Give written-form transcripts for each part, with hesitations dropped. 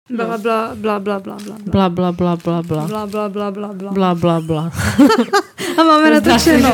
Bla, bla, bla, bla, bla, bla. Bla, bla, bla, bla, bla. Bla, bla, bla, bla, bla. Bla, bla, bla. A máme natočeno.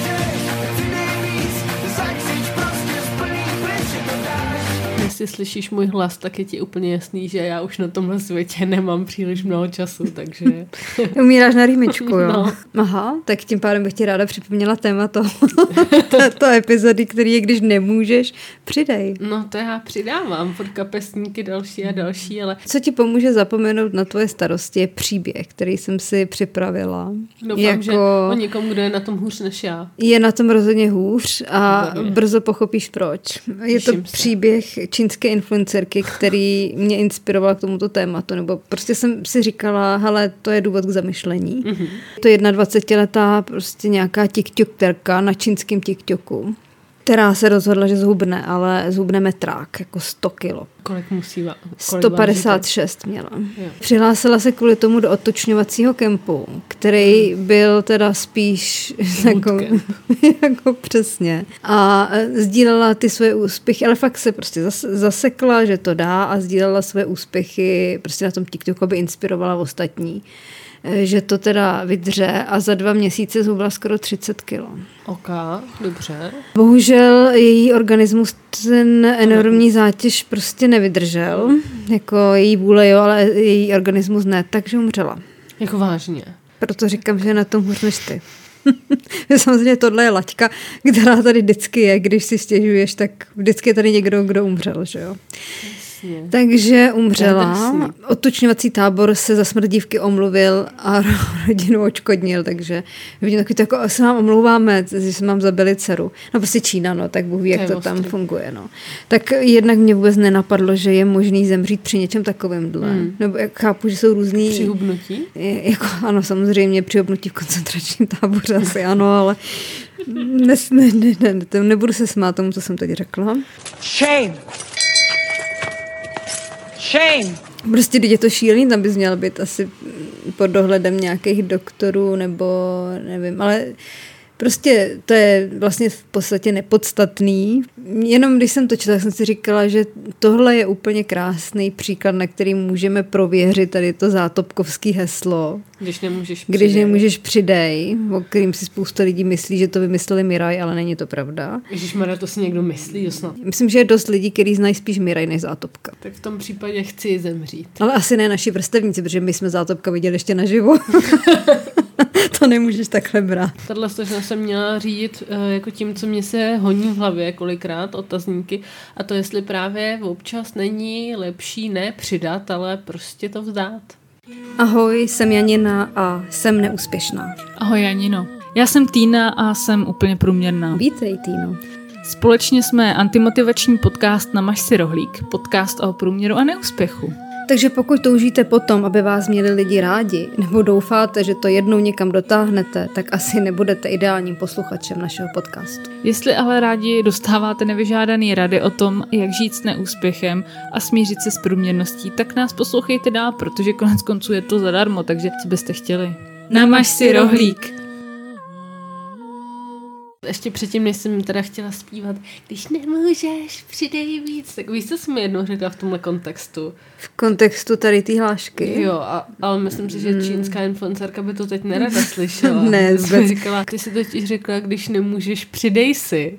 Jestli slyšíš můj hlas, tak je ti úplně jasný, že já už na tomhle světě nemám příliš mnoho času, takže... Umíráš na rýmičku, jo? No. Aha, tak tím pádem bych ti ráda připomněla téma této epizody, který je, když nemůžeš, přidej. No to já přidávám, pod kapesníky další a další, ale... Co ti pomůže zapomenout na tvoje starosti je příběh, který jsem si připravila. Doufám, že o někom, kdo je na tom hůř než já. Je na tom rozhodně hůř a brzo pochopíš proč. Je to příběh čínské influencerky, který mě inspiroval k tomuto tématu, nebo prostě jsem si říkala, hele, to je důvod k zamyšlení. Mm-hmm. To je 21letá prostě nějaká tiktokerka na čínském TikToku, která se rozhodla, že zhubne, ale zhubne metrák, jako 100 kilo. Kolik musí 156 měla. Jo. Přihlásila se kvůli tomu do odtučňovacího kempu, který byl teda spíš jako přesně. A sdílela ty svoje úspěchy, ale fakt se prostě zasekla, že to dá a sdílela svoje úspěchy prostě na tom TikToku, aby inspirovala ostatní. Že to teda vydře a za 2 měsíce zhubla skoro 30 kilo. Ok, dobře. Bohužel její organismus ten enormní zátěž prostě nevydržel. Jako její vůle jo, ale její organismus ne, takže umřela. Jako vážně? Proto říkám, že je na tom hůř než ty. Samozřejmě tohle je laťka, která tady vždycky je, když si stěžuješ, tak vždycky je tady někdo, kdo umřel, že jo. Takže umřela. Odtučňovací tábor se za smrt dívky omluvil a rodinu odškodnil, takže vidím takový to, jako se vám omlouváme, že jsme vám zabili dceru. No prostě Čína, no, tak Bůh ví, jak to tam funguje, no. Tak jednak mě vůbec nenapadlo, že je možný zemřít při něčem takovémhle. Nebo jak chápu, že jsou různý... Při hubnutí? Jako, ano, samozřejmě při hubnutí v koncentračním táboře asi ano, ale nebudu se smát tomu, co jsem teď řekla. Shame! Shame. Prostě když je to šílený, tam bys měl být asi pod dohledem nějakých doktorů nebo nevím, ale prostě to je vlastně v podstatě nepodstatný. Jenom když jsem to četla, jsem si říkala, že tohle je úplně krásný příklad, na který můžeme prověřit tady to zátopkovský heslo. Když nemůžeš, přidej, o kterým si spousta lidí myslí, že to vymysleli Miraj, ale není to pravda. Ježišmarja, to si někdo myslí, snad. Myslím, že je dost lidí, kteří znají spíš Miraj než Zátopka. Tak v tom případě chci zemřít. Ale asi ne naši vrstevníci, protože my jsme Zátopka viděli ještě naživo. To nemůžeš takhle brát. Tahle složnost jsem měla řídit jako tím, co mě se honí v hlavě kolikrát, otazníky, a to jestli právě občas není lepší ne přidat, ale prostě to vzdát. Ahoj, jsem Janina a jsem neúspěšná. Ahoj Janino. Já jsem Týna a jsem úplně průměrná. Vítej, Týno. Společně jsme antimotivační podcast Namaž si rohlík, podcast o průměru a neúspěchu. Takže pokud toužíte potom, aby vás měli lidi rádi, nebo doufáte, že to jednou někam dotáhnete, tak asi nebudete ideálním posluchačem našeho podcastu. Jestli ale rádi dostáváte nevyžádané rady o tom, jak žít s neúspěchem a smířit se s průměrností, tak nás poslouchejte dál, protože konec konců je to zadarmo, takže co byste chtěli? Namaž si rohlík! Ještě předtím, než jsem teda chtěla zpívat, když nemůžeš, přidej víc. Tak víš, co jsem jednou řekla v tomhle kontextu? V kontextu tady ty hlášky? Jo, ale myslím si, že čínská influencerka by to teď nerada slyšela. Ne, vůbec. Říkala, ty si totiž řekla, když nemůžeš, přidej si.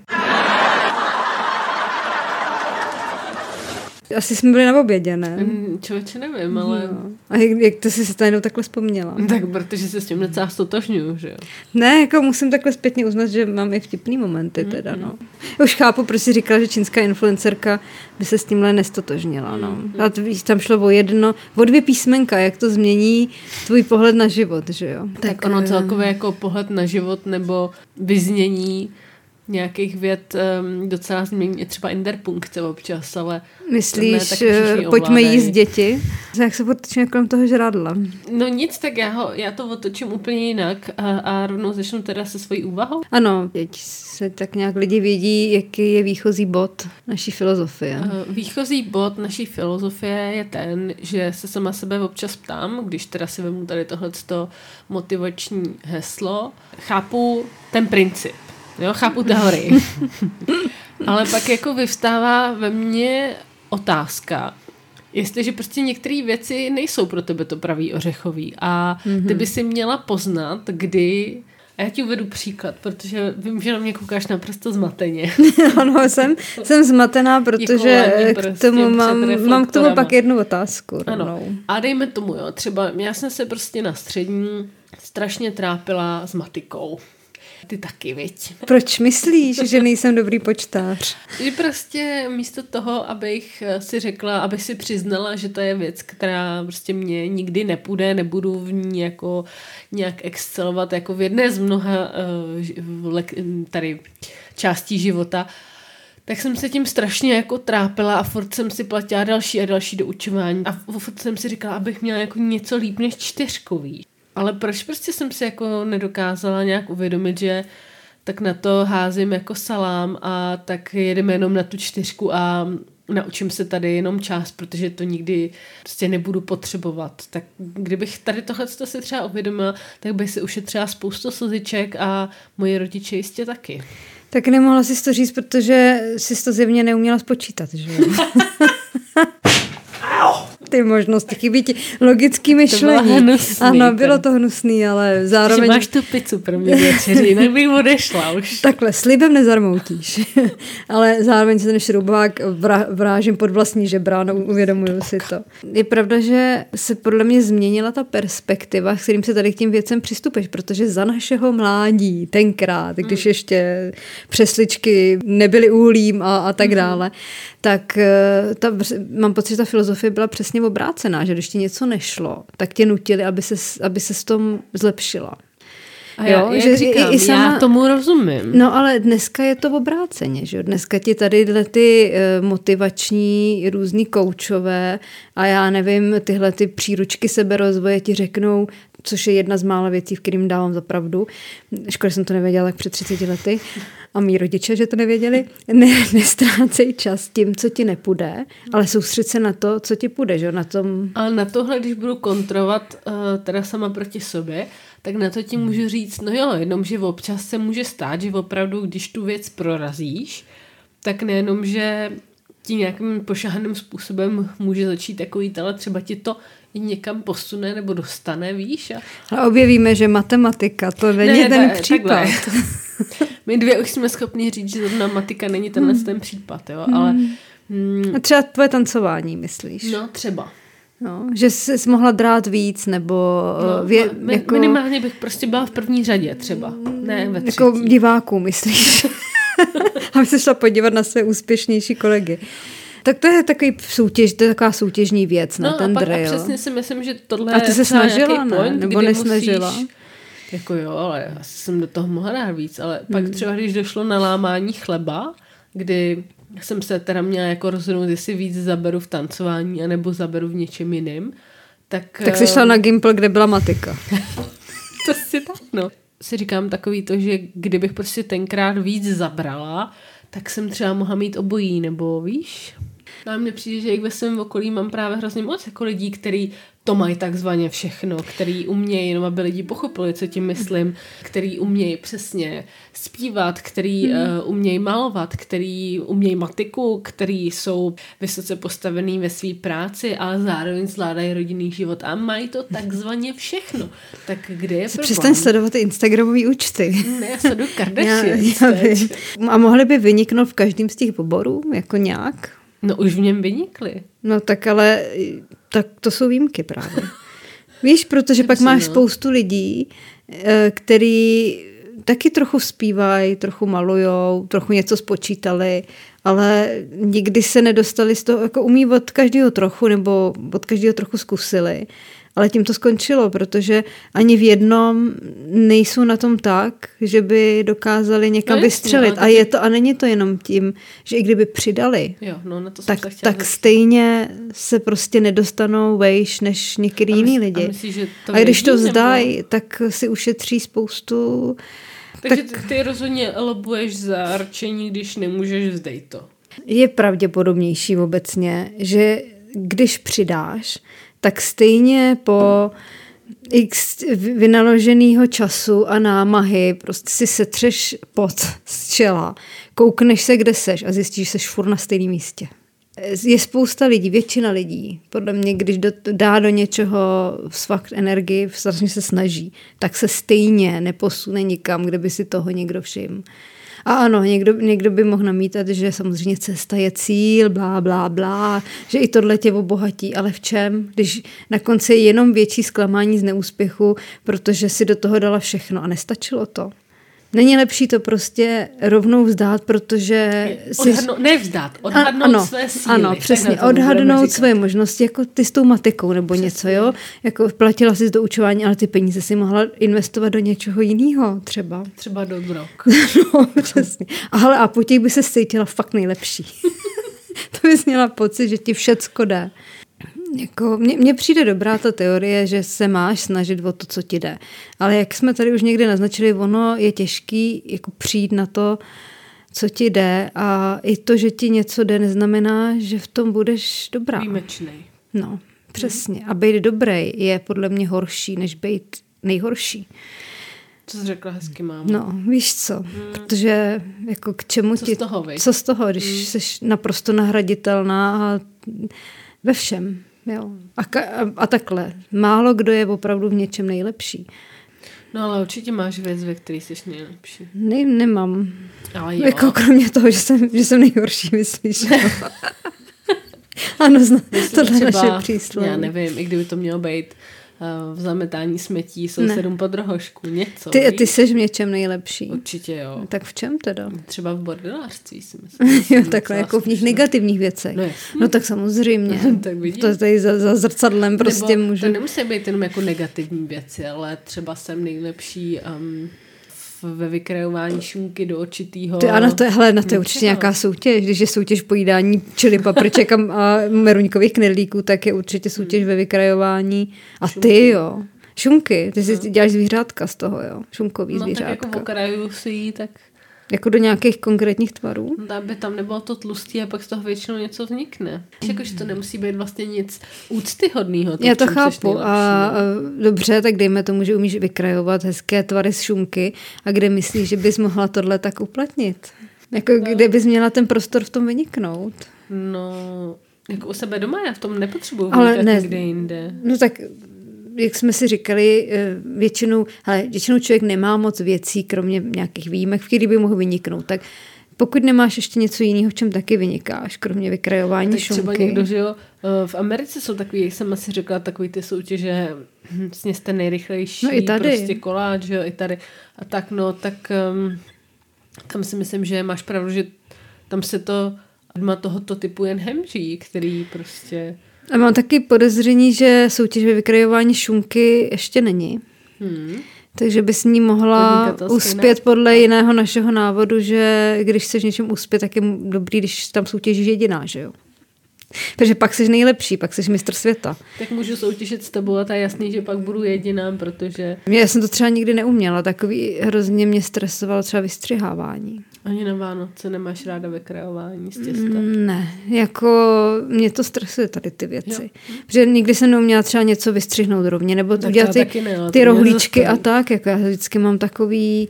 Asi jsme byli na obědě, ne? Člověče, nevím, ale... No. A jak to jsi se to jenom takhle vzpomněla? Tak protože se s tím docela stotožňuju, že jo? Ne, jako musím takhle zpětně uznat, že mám i vtipný momenty teda, no. Už chápu, proč jsi říkala, že čínská influencerka by se s tímhle nestotožnila, no. A tam šlo o 2 písmenka, jak to změní tvůj pohled na život, že jo? Tak ono celkově jako pohled na život nebo vyznění nějakých věd docela změní třeba interpunkce občas, ale... Myslíš, pojďme jíst děti? Jak se otočíme kolem toho žrádla? No nic, tak já to otočím úplně jinak a rovnou začnu teda se svojí úvahou. Ano, teď se tak nějak lidi vědí, jaký je výchozí bod naší filozofie. Výchozí bod naší filozofie je ten, že se sama sebe občas ptám, když teda si vemu tady tohleto motivační heslo, chápu ten princip. Jo, chápu teorii. Ale pak jako vyvstává ve mně otázka, Jestliže prostě některé věci nejsou pro tebe to pravý ořechový a ty by si měla poznat, kdy... A já ti uvedu příklad, protože vím, že na mě koukáš naprosto zmateně. Ano, jsem zmatená, protože k tomu mám k tomu pak jednu otázku. Ano. A dejme tomu, jo, třeba já jsem se prostě na střední strašně trápila s matikou. Ty taky, viď? Proč myslíš, že nejsem dobrý počtář? Že prostě místo toho, abych si řekla, abych si přiznala, že to je věc, která prostě mě nikdy nepůjde, nebudu v ní jako nějak excelovat jako v jedné z mnoha tady částí života, tak jsem se tím strašně jako trápila a furt jsem si platila další a další doučování a furt jsem si říkala, abych měla jako něco líp než 4, víš. Ale proč prostě jsem si jako nedokázala nějak uvědomit, že tak na to házím jako salám a tak jedeme jenom na tu 4 a naučím se tady jenom část, protože to nikdy prostě nebudu potřebovat. Tak kdybych tady tohle si třeba uvědomila, tak bych si ušetřila spoustu slziček a moji rodiče jistě taky. Tak nemohla jsi to říct, protože jsi to zjevně neuměla spočítat, že jo? Ty možnosti, chybí ti logický myšlení. Ano, bylo to hnusný, ale zároveň... Že máš tu pizzu pro mě večeři, jinak bych odešla už. Takhle, slibem nezarmoutíš. Ale zároveň se ten šroubovák vrážím pod vlastní žebra, uvědomuju si to. Je pravda, že se podle mě změnila ta perspektiva, s kterým se tady k těm věcem přistupuješ, protože za našeho mládí, tenkrát, když ještě přesličky nebyly uhlím a tak dále, tak mám pocit, že ta filozofie byla přesně obrácená, že když ti něco nešlo, tak tě nutili, aby se s tom zlepšila. A já říkám, já tomu rozumím. No ale dneska je to obráceně, že jo? Dneska ti tady ty motivační různý koučové a já nevím, tyhle ty příručky seberozvoje ti řeknou, což je jedna z mála věcí, v kterým dávám za pravdu. Škoda, jsem to nevěděla tak před 30 lety. A mý rodiče, že to nevěděli, nestrácej čas tím, co ti nepůjde, ale soustřed se na to, co ti půjde, že na tom... Ale na tohle, když budu kontrolovat teda sama proti sobě, tak na to ti můžu říct, no jo, jenomže občas se může stát, že opravdu, když tu věc prorazíš, tak nejenom, že ti nějakým pošahaným způsobem může začít takový, ale třeba ti to někam posune nebo dostane, víš? A objevíme, že matematika, to není ten případ. My dvě už jsme schopni říct, že zrovna matika není ten případ, jo, ale... A třeba tvoje tancování, myslíš? No, třeba. No, že jsi mohla drát víc, nebo... jako... Minimálně bych prostě byla v první řadě třeba, ne ve třetí. Jako diváků, myslíš? Aby se šla podívat na své úspěšnější kolegy. Tak to je takový to je taková soutěžní věc, na ten drill. A přesně si myslím, že tohle a ty se snažila, ne? Point, Nebo nesnažila? Musíš, jako jo, ale asi jsem do toho mohla dát víc, ale pak třeba, když došlo na lámání chleba, kdy jsem se teda měla jako rozhodnout, jestli víc zaberu v tancování, anebo zaberu v něčem jiným, tak jsi šla na Gimple, kde byla matika. To si tak, no. Si říkám takový to, že kdybych prostě tenkrát víc zabrala, tak jsem třeba mohla mít obojí, nebo víš? No a mně přijde, že jak ve svém okolí mám právě hrozně moc jako lidí, který to mají takzvaně všechno, který umějí, jenom aby lidi pochopili, co tím myslím, který umějí přesně zpívat, který umějí malovat, který umějí matiku, který jsou vysoce postavený ve své práci, ale zároveň zvládají rodinný život a mají to takzvaně všechno. Tak kde je problém? Přestaň sledovat ty instagramové účty. Ne, já sleduju Kardashian. A mohli by vyniknout v každém z těch oborů, jako nějak? No už v něm vynikly. No tak ale tak to jsou výjimky právě. Víš, protože pak máš spoustu lidí, který taky trochu zpívají, trochu malujou, trochu něco spočítali, ale nikdy se nedostali z toho, jako umí od každého trochu, nebo od každého trochu zkusili. Ale tím to skončilo, protože ani v jednom nejsou na tom tak, že by dokázali někam vystřelit. A není to jenom tím, že i kdyby přidali, tak stejně se prostě nedostanou vejš než některý jiný lidi. A když to vzdají, tak si ušetří spoustu... Takže ty rozhodně lobuješ za rčení, když nemůžeš vzdejt to. Je pravděpodobnější obecně, že když přidáš, tak stejně po x vynaloženého času a námahy prostě si setřeš pot z čela, koukneš se, kde seš a zjistíš, že seš furt na stejném místě. je spousta lidí, většina lidí, podle mě, když dá do něčeho fakt energii, strašně se snaží, tak se stejně neposune nikam, kde by si toho někdo všiml. A ano, někdo by mohl namítat, že samozřejmě cesta je cíl, blá, blá, blá, že i tohle tě obohatí, ale v čem? Když na konci je jenom větší zklamání z neúspěchu, protože si do toho dala všechno a nestačilo to. Není lepší to prostě rovnou vzdát, protože... Odhadnout své síly. Ano, přesně, odhadnout své možnosti, jako ty s tou matikou nebo přesně. Něco, jo? Jako platila jsi do učování, ale ty peníze si mohla investovat do něčeho jiného třeba. Třeba do drog. No, přesně. A po těch by se cítila fakt nejlepší. To bys měla pocit, že ti všecko jde. Jako, mně přijde dobrá ta teorie, že se máš snažit o to, co ti jde. Ale jak jsme tady už někdy naznačili, ono je těžký jako přijít na to, co ti jde a i to, že ti něco jde, neznamená, že v tom budeš dobrá. Výjimečnej. No, přesně. A být dobrý je podle mě horší, než být nejhorší. Co jsi řekla hezky, mámo. No, víš co, protože jako k čemu co z toho, když jsi naprosto nahraditelná a ve všem. Jo. A takhle. Málo kdo je opravdu v něčem nejlepší. No ale určitě máš věc, ve který jsi nejlepší. Nemám. Ale jo. Jako kromě toho, že jsem nejhorší, myslíš? Ano, tohle naše přísloví. Já nevím, i kdyby to mělo být v zametání smetí sousedům pod rohošku. Něco. Ty jsi v něčem nejlepší. Určitě jo. Tak v čem teda? Třeba v bordelářství si myslím. Jo, takhle jako v nich negativních věcech. No tak samozřejmě. Tak vidíš. To tady za zrcadlem prostě nebo můžu. To nemusí být jenom jako negativní věci, ale třeba jsem nejlepší ve vykrajování šunky do určitého... Ano, to je určitě nějaká soutěž. Když je soutěž pojídání čili papriček a meruňkových knedlíků, tak je určitě soutěž ve vykrajování. A šunky. Ty jo. Šunky. Ty si děláš zvířátka z toho, jo. Šunkový zvířátka. No tak jako okrajuju si jí, tak... Jako do nějakých konkrétních tvarů? No, aby tam nebylo to tlustý a pak z toho většinou něco vznikne. Jakože to nemusí být vlastně nic úctyhodného. Já to chápu. A dobře, tak dejme tomu, že umíš vykrajovat hezké tvary z šunky a kde myslíš, že bys mohla tohle tak uplatnit? Jako kde bys měla ten prostor v tom vyniknout? No, jako u sebe doma, já v tom nepotřebuji vynikat někde jinde. No tak... Jak jsme si říkali, většinou člověk nemá moc věcí, kromě nějakých výjimek, v kterých by mohl vyniknout. Tak pokud nemáš ještě něco jiného, v čem taky vynikáš, kromě vykrajování šunky. Třeba někdo, že jo, v Americe jsou takový, jak jsem asi řekla, takový ty soutěže, sněste nejrychlejší, no i tady. Prostě koláč, že jo, i tady. A tak, no, tak tam si myslím, že máš pravdu, že tam se to má tohoto typu jen hemží, který prostě... A mám taky podezření, že soutěž ve vykrajování šunky ještě není. Takže bys ní mohla uspět podle jiného našeho návodu, že když chceš něčem uspět, tak je dobrý, když tam soutěžíš jediná, že jo? Protože pak jsi nejlepší, pak jsi mistr světa. Tak můžu soutěžit s tebou a to je jasný, že pak budu jediná, protože... Já jsem to třeba nikdy neuměla, takový hrozně mě stresovalo třeba vystřihávání. Ani na Vánoce nemáš ráda vykrajování z těsta? Ne, jako mě to stresuje tady ty věci. Jo. Protože nikdy jsem neuměla třeba něco vystřihnout rovně, nebo udělat ty rohlíčky a tak, jako já vždycky mám takový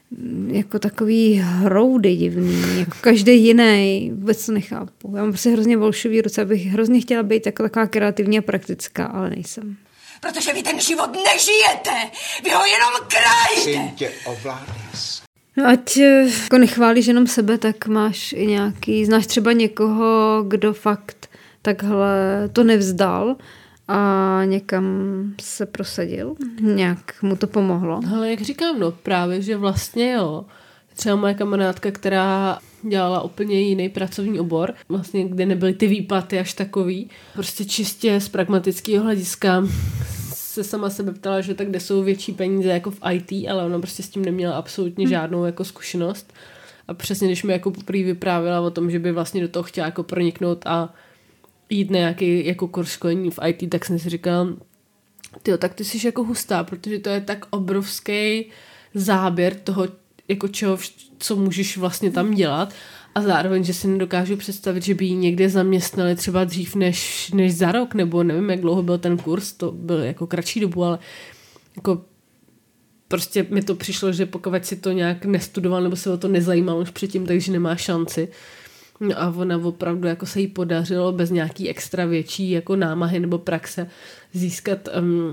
hroudy divný, jako každý jiný, vůbec to nechápu. Já mám prostě hrozně volšivý ruce, abych hrozně chtěla být jako taková kreativní a praktická, ale nejsem. Protože vy ten život nežijete, vy ho jenom krájíte. Syn tě ovládne. No ať jako nechválíš jenom sebe, tak máš i nějaký, znáš třeba někoho, kdo fakt takhle to nevzdal a někam se prosadil, nějak mu to pomohlo. Ale jak říkám, no právě, že vlastně jo, třeba moje kamarádka, která dělala úplně jiný pracovní obor, vlastně kde nebyly ty výplaty až takový, prostě čistě z pragmatického hlediska se sama sebe ptala, že tak kde jsou větší peníze jako v IT, ale ona prostě s tím neměla absolutně žádnou jako zkušenost. A přesně, když mi jako poprvé vyprávěla o tom, že by vlastně do toho chtěla jako proniknout a jít na nějaký jako kurz školení v IT, tak jsem si říkala, tyjo, tak ty jsi jako hustá, protože to je tak obrovský záběr toho, jako čeho, co můžeš vlastně tam dělat. A zároveň, že si nedokážu představit, že by ji někde zaměstnali třeba dřív než za rok, nebo nevím, jak dlouho byl ten kurz, to byl jako kratší dobu, ale jako prostě mi to přišlo, že pokud si to nějak nestudoval, nebo se o to nezajímal už předtím, takže nemá šanci. No a ona opravdu jako se jí podařilo bez nějaký extra větší jako námahy nebo praxe získat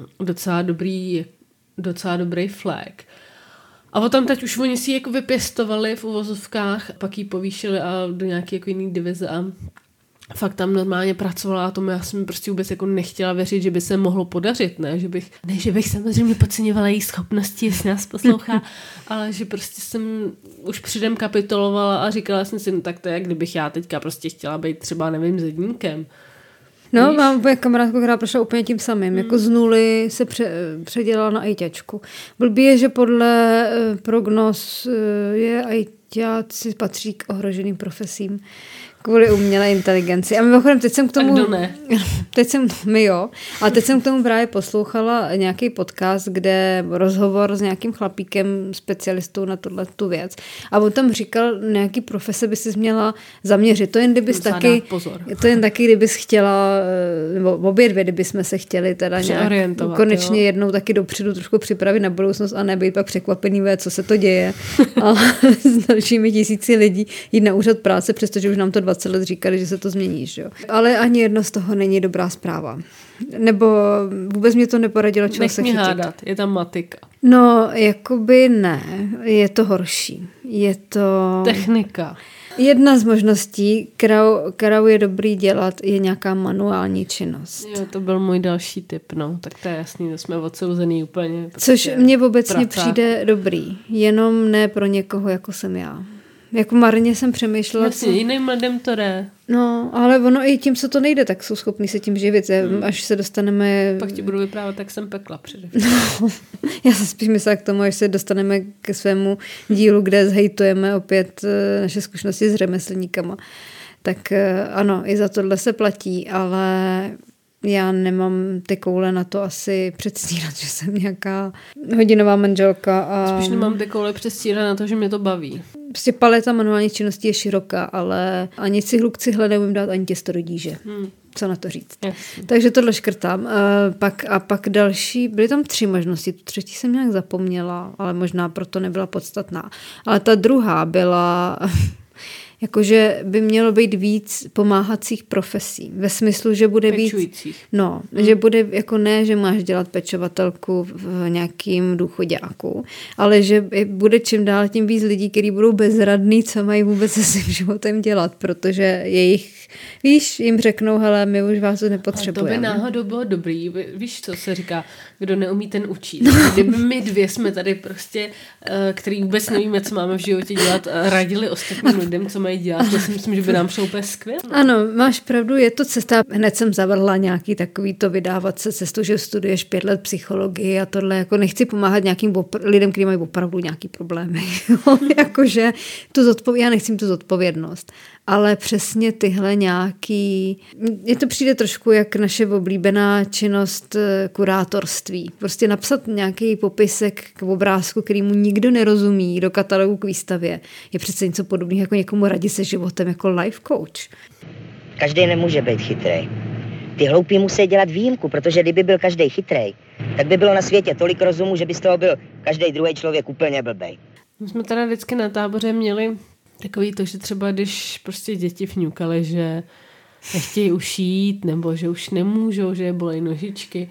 docela dobrý flag. A potom teď už oni si ji jako vypěstovali v uvozovkách, pak ji povýšili a do nějaké jako jiný divize a fakt tam normálně pracovala a tomu já jsem prostě vůbec jako nechtěla věřit, že by se mohlo podařit, ne, že bych samozřejmě podceňovala její schopnosti, jestli nás poslouchá, ale že prostě jsem už předem kapitulovala a říkala jsem si, no tak to je, kdybych já teďka prostě chtěla být třeba, nevím, zedníkem. No, mám kamarádku, která prošla úplně tím samým. Jako z nuly se předělala na ITčku. Blbý je, že podle prognóz je ITáci patří k ohroženým profesím kvůli umělé inteligenci. A mimochodem, teď jsem k tomu... A kdo ne? Ale teď jsem k tomu právě poslouchala nějaký podcast, kde rozhovor s nějakým chlapíkem, specialistou na tu věc. A on tam říkal, nějaký profese by si měla zaměřit. To jen kdybys taky... To jen taky, kdybys chtěla, nebo obě dvě, kdybychom se chtěli teda nějak konečně jednou taky dopředu trošku připravit na budoucnost a nebejt pak překvapený, co se to děje. A s dalšími tisíci lidí jít na úřad práce, přestože už nám to 20 let říkali, že se to změní. Že jo? Ale ani jedno z toho není dobrá zpráva. Nebo vůbec mě to neporadilo, čeho se chytit. Hádat, je tam matika. No, jakoby ne. Je to horší. Je to... Technika. Jedna z možností, kterou je dobrý dělat, je nějaká manuální činnost. Jo, to byl můj další tip, no. Tak to je jasný, to jsme odsouzený úplně. Což mně obecně přijde dobrý. Jenom ne pro někoho, jako jsem já. Jako marně jsem přemýšlela. Jasně, jiným lidem to jde. No, ale ono i tím, co to nejde, tak jsou schopní se tím živit. Až se dostaneme... Pak ti budu vyprávět, jak jsem pekla především. No, já se spíš myslela k tomu, až se dostaneme ke svému dílu, kde zhejtujeme opět naše zkušenosti s řemeslníkama. Tak ano, i za tohle se platí, ale já nemám ty koule na to asi předstírat, že jsem nějaká hodinová manželka. A... Spíš nemám ty koule předstírat na to, že mě to baví. Prostě paleta manuálních činností je široká, ale ani cihlu k cihle neumím dát ani těsto do díže. Co na to říct. Takže tohle škrtám. Pak další, byly tam 3 možnosti, tu třetí jsem nějak zapomněla, ale možná proto nebyla podstatná. Ale ta druhá byla... jakože by mělo být víc pomáhacích profesí. Ve smyslu, že bude pečujících. Víc... No, že bude jako ne, že máš dělat pečovatelku v nějakým důchoďáku, ale že bude čím dál tím víc lidí, kteří budou bezradní, co mají vůbec se svým životem dělat, protože jim řeknou, hele, my už vás to nepotřebujeme. Ale to by náhodou bylo dobrý. Víš, co se říká, kdo neumí, ten učí. Kdyby my dvě jsme tady prostě, který vůbec nevíme, co máme v životě dělat, radili ostatním lidem, co mají dělat, to si myslím, že by nám šlo úplně skvěle. Ano, máš pravdu, je to cesta. Hned jsem zavrhla nějaký takový to vydávat se cestu, že studuješ 5 let psychologii a tohle, jako nechci pomáhat nějakým lidem, kteří mají opravdu nějaký problémy. Jakože já nechci tu zodpovědnost. Ale přesně tyhle nějaký... Mně to přijde trošku jak naše oblíbená činnost kurátorství. Prostě napsat nějaký popisek k obrázku, kterýmu nikdo nerozumí, do katalogu k výstavě. Je přece něco podobného jako někomu radit se životem jako life coach. Každý nemůže být chytrý. Ty hloupí musí dělat výjimku, protože kdyby byl každý chytrej, tak by bylo na světě tolik rozumu, že by z toho byl každý druhý člověk úplně blbej. My jsme teda vždycky na táboře měli takový to, že třeba když prostě děti fňukaly, že nechtějí ušít, nebo že už nemůžou, že je bolej nožičky,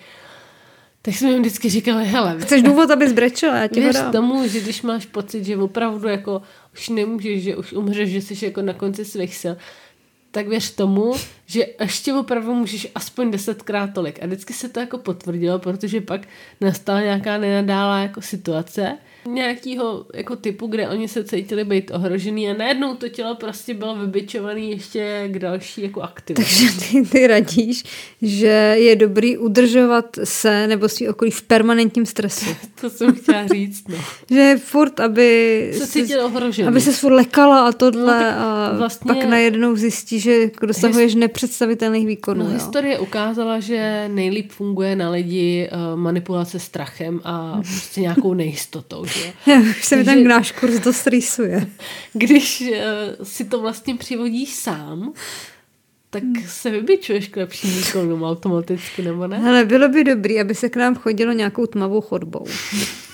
tak jsme jim vždycky říkali, hele, chceš důvod, abys brečela, já ti ho věř dám. tomu, že když máš pocit, že opravdu jako už nemůžeš, že už umřeš, že jsi jako na konci svých sil, tak věř tomu, že ještě opravdu můžeš aspoň 10krát tolik. A vždycky se to jako potvrdilo, protože pak nastala nějaká nenadálá jako situace, nějakýho jako typu, kde oni se cítili být ohrožený a najednou to tělo prostě bylo vybičovaný ještě k další jako aktivitě. Takže ty radíš, že je dobrý udržovat se nebo svý okolí v permanentním stresu. To jsem chtěla říct, no. Že furt, aby se cítil ohrožený. Aby se furt lekala a tohle no, a vlastně pak najednou zjistíš, že dosahuješ nepředstavitelných výkonů. No, historie ukázala, že nejlíp funguje na lidi manipulace strachem a prostě nějakou nejistotou. Už se mi ten náš kurz dost rýsuje. Když si to vlastně přivodíš sám, tak se vybičuješ k lepším výkonům automaticky, nebo ne? Hele, bylo by dobrý, aby se k nám chodilo nějakou tmavou chodbou.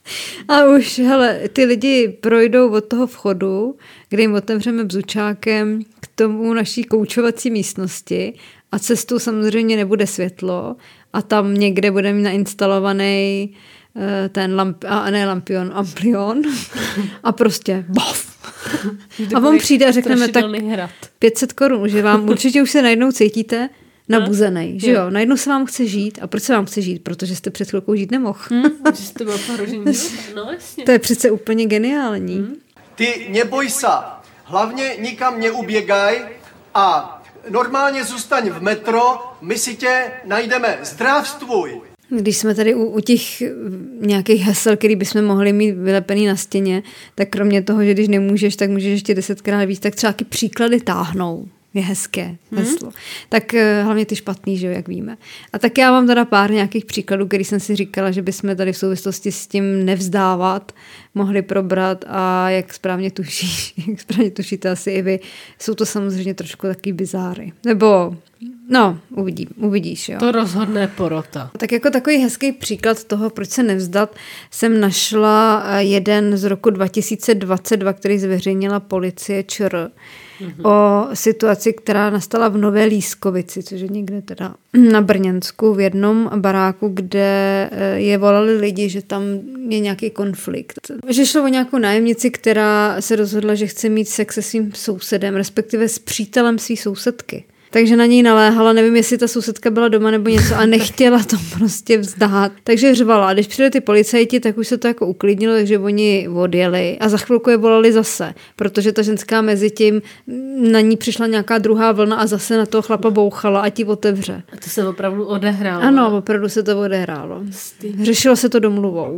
A už, hele, ty lidi projdou od toho vchodu, kde jim otevřeme bzučákem k tomu naší koučovací místnosti a cestou samozřejmě nebude světlo a tam někde bude mít nainstalovaný ten amplion a prostě bof. A on přijde a řekneme tak 500 korun, že vám určitě už se najednou cítíte nabuzenej, že jo? Najednou se vám chce žít. A proč se vám chce žít? Protože jste před chvilkou žít nemohl. Že jste byl pohrožený. No jasně. To je přece úplně geniální. Ty neboj se, hlavně nikam neuběgaj a normálně zůstaň v metro, my si tě najdeme. Zdravstvuj! Když jsme tady u těch nějakých hesel, který bychom mohli mít vylepený na stěně, tak kromě toho, že když nemůžeš, tak můžeš ještě 10krát víc, tak třeba taky příklady táhnou. Je hezké heslo. Tak hlavně ty špatný, že jo, jak víme. A tak já mám teda pár nějakých příkladů, který jsem si říkala, že bychom tady v souvislosti s tím nevzdávat mohli probrat a jak správně tušíte asi i vy, jsou to samozřejmě trošku taky bizáry. Nebo, no, uvidíš, jo. To rozhodne porota. Tak jako takový hezký příklad toho, proč se nevzdat, jsem našla jeden z roku 2022, který zveřejnila policie ČR. O situaci, která nastala v Nové Lískovici, což je někde teda na Brněnsku, v jednom baráku, kde je volali lidi, že tam je nějaký konflikt. Že šlo o nějakou nájemnici, která se rozhodla, že chce mít sex se svým sousedem, respektive s přítelem svý sousedky. Takže na něj naléhala, nevím, jestli ta sousedka byla doma nebo něco a nechtěla to prostě vzdát. Takže řvala. A když přijeli ty policajti, tak už se to jako uklidnilo, takže oni odjeli a za chvilku je volali zase, protože ta ženská mezi tím na ní přišla nějaká druhá vlna a zase na toho chlapa bouchala a ti otevře. A to se opravdu odehrálo. Ano, opravdu se to odehrálo. Řešilo se to domluvou.